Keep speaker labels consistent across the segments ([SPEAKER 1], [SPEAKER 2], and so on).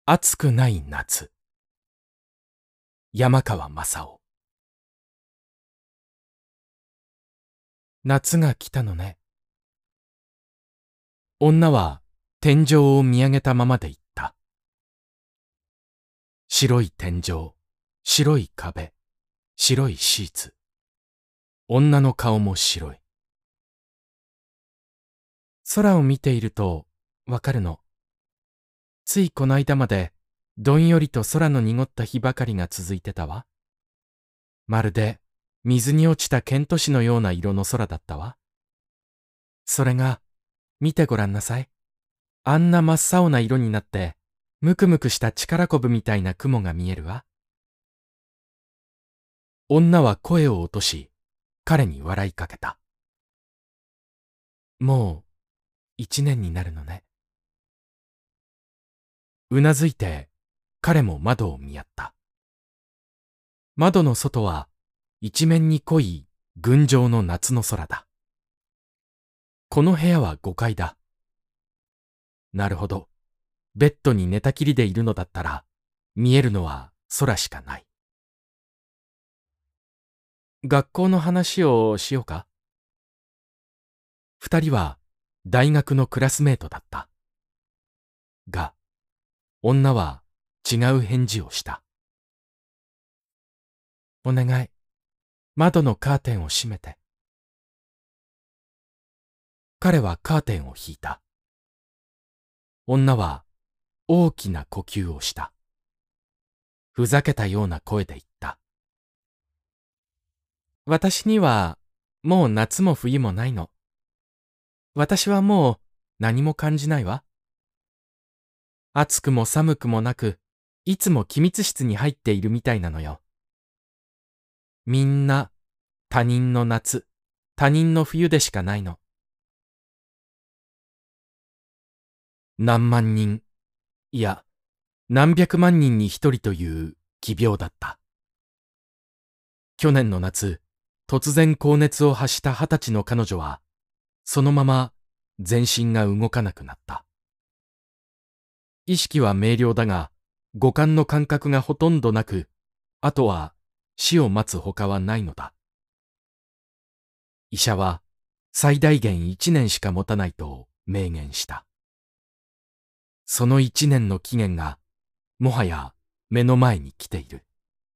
[SPEAKER 1] 暑くない夏。山川雅夫。夏が来たのね。女は天井を見上げたままで言った。白い天井、白い壁、白いシーツ。女の顔も白い。空を見ているとわかるの。ついこの間までどんよりと空の濁った日ばかりが続いてたわ。まるで水に落ちたケント紙のような色の空だったわ。それが、見てごらんなさい。あんな真っ青な色になって、むくむくした力こぶみたいな雲が見えるわ。女は声を落とし、彼に笑いかけた。もう、1年になるのね。うなずいて、彼も窓を見合った。窓の外は、一面に濃い群青の夏の空だ。この部屋は5階だ。なるほど。ベッドに寝たきりでいるのだったら、見えるのは空しかない。学校の話をしようか。二人は大学のクラスメートだった。が、女は違う返事をした。お願い、窓のカーテンを閉めて。彼はカーテンを引いた。女は大きな呼吸をした。ふざけたような声で言った。私にはもう夏も冬もないの。私はもう何も感じないわ。暑くも寒くもなく、いつも機密室に入っているみたいなのよ。みんな他人の夏、他人の冬でしかないの。何万人、いや、何百万人に一人という奇病だった。去年の夏、突然高熱を発した20歳の彼女は、そのまま全身が動かなくなった。意識は明瞭だが、五感の感覚がほとんどなく、あとは死を待つほかはないのだ。医者は最大限1年しか持たないと明言した。その1年の期限が、もはや目の前に来ている。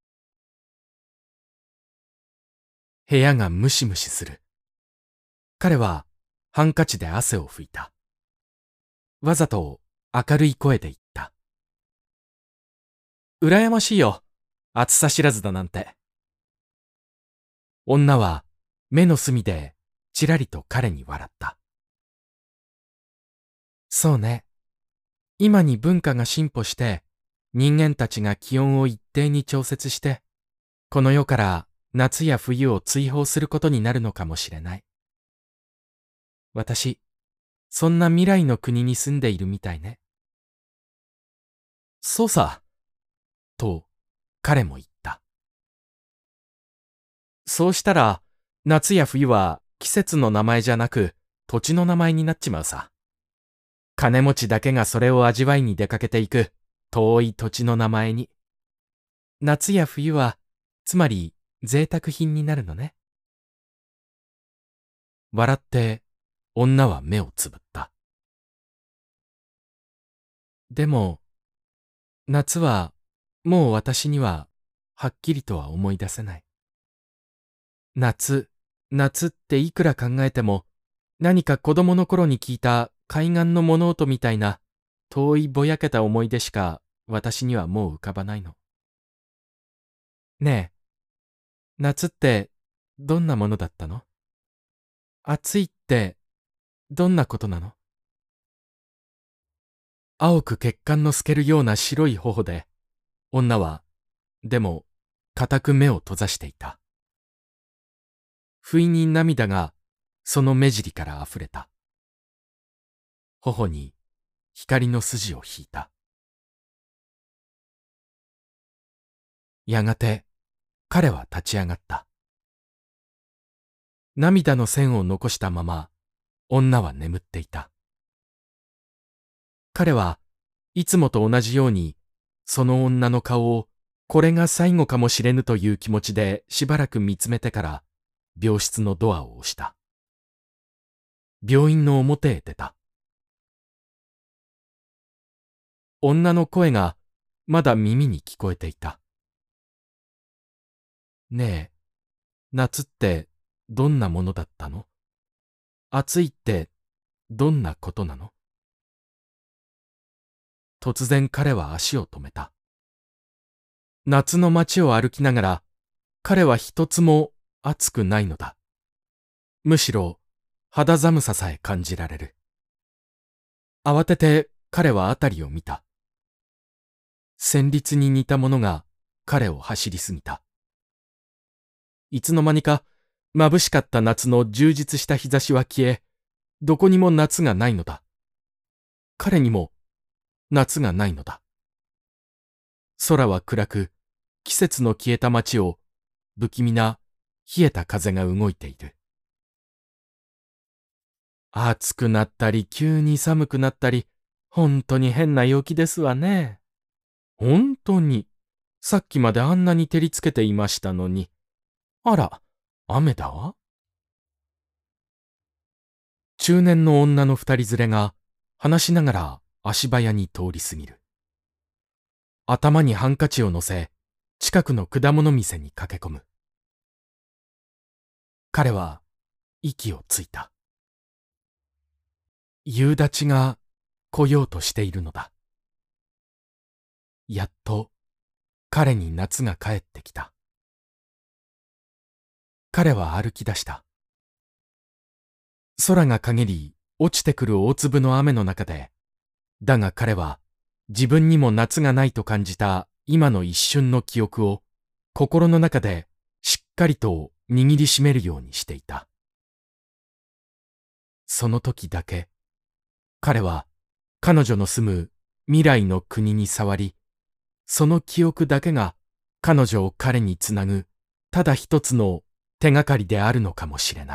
[SPEAKER 1] 部屋がムシムシする。彼はハンカチで汗を拭いた。わざと明るい声で言った。羨ましいよ。暑さ知らずだなんて。女は目の隅でちらりと彼に笑った。そうね。今に文化が進歩して、人間たちが気温を一定に調節して、この世から夏や冬を追放することになるのかもしれない。私、そんな未来の国に住んでいるみたいね。そうさ、と彼も言った。そうしたら、夏や冬は季節の名前じゃなく土地の名前になっちまうさ。金持ちだけがそれを味わいに出かけていく遠い土地の名前に。夏や冬は、つまり贅沢品になるのね。笑って女は目をつぶった。でも、夏はもう私にははっきりとは思い出せない。夏、夏っていくら考えても、何か子供の頃に聞いた海岸の物音みたいな遠いぼやけた思い出しか私にはもう浮かばないの。ねえ、夏ってどんなものだったの？暑いってどんなことなの？青く血管の透けるような白い頬で、女は、でも、固く目を閉ざしていた。不意に涙がその目尻から溢れた。頬に光の筋を引いた。やがて彼は立ち上がった。涙の線を残したまま女は眠っていた。彼はいつもと同じようにその女の顔をこれが最後かもしれぬという気持ちでしばらく見つめてから病室のドアを押した。病院の表へ出た。女の声がまだ耳に聞こえていた。ねえ、夏ってどんなものだったの？暑いってどんなことなの？突然彼は足を止めた。夏の街を歩きながら彼は一つも暑くないのだ。むしろ肌寒ささえ感じられる。慌てて彼は辺りを見た。旋律に似たものが彼を走り過ぎた。いつの間にか眩しかった夏の充実した日差しは消え、どこにも夏がないのだ。彼にも夏がないのだ。空は暗く、季節の消えた街を不気味な冷えた風が動いている。暑くなったり急に寒くなったり、本当に変な陽気ですわね。本当に、さっきまであんなに照りつけていましたのに。あら、雨だわ。中年の女の二人連れが話しながら足早に通り過ぎる。頭にハンカチを乗せ、近くの果物店に駆け込む。彼は息をついた。夕立が来ようとしているのだ。やっと彼に夏が帰ってきた。彼は歩き出した。空が陰り落ちてくる大粒の雨の中で、だが彼は自分にも夏がないと感じた今の一瞬の記憶を心の中でしっかりと握りしめるようにしていた。その時だけ彼は彼女の住む未来の国に触り、その記憶だけが彼女を彼につなぐただ一つの手がかりであるのかもしれない。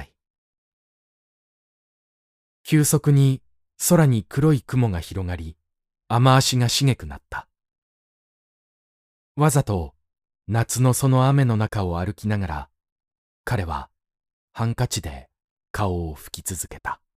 [SPEAKER 1] 急速に空に黒い雲が広がり、雨足がしげくなった。わざと夏のその雨の中を歩きながら、彼はハンカチで顔を拭き続けた。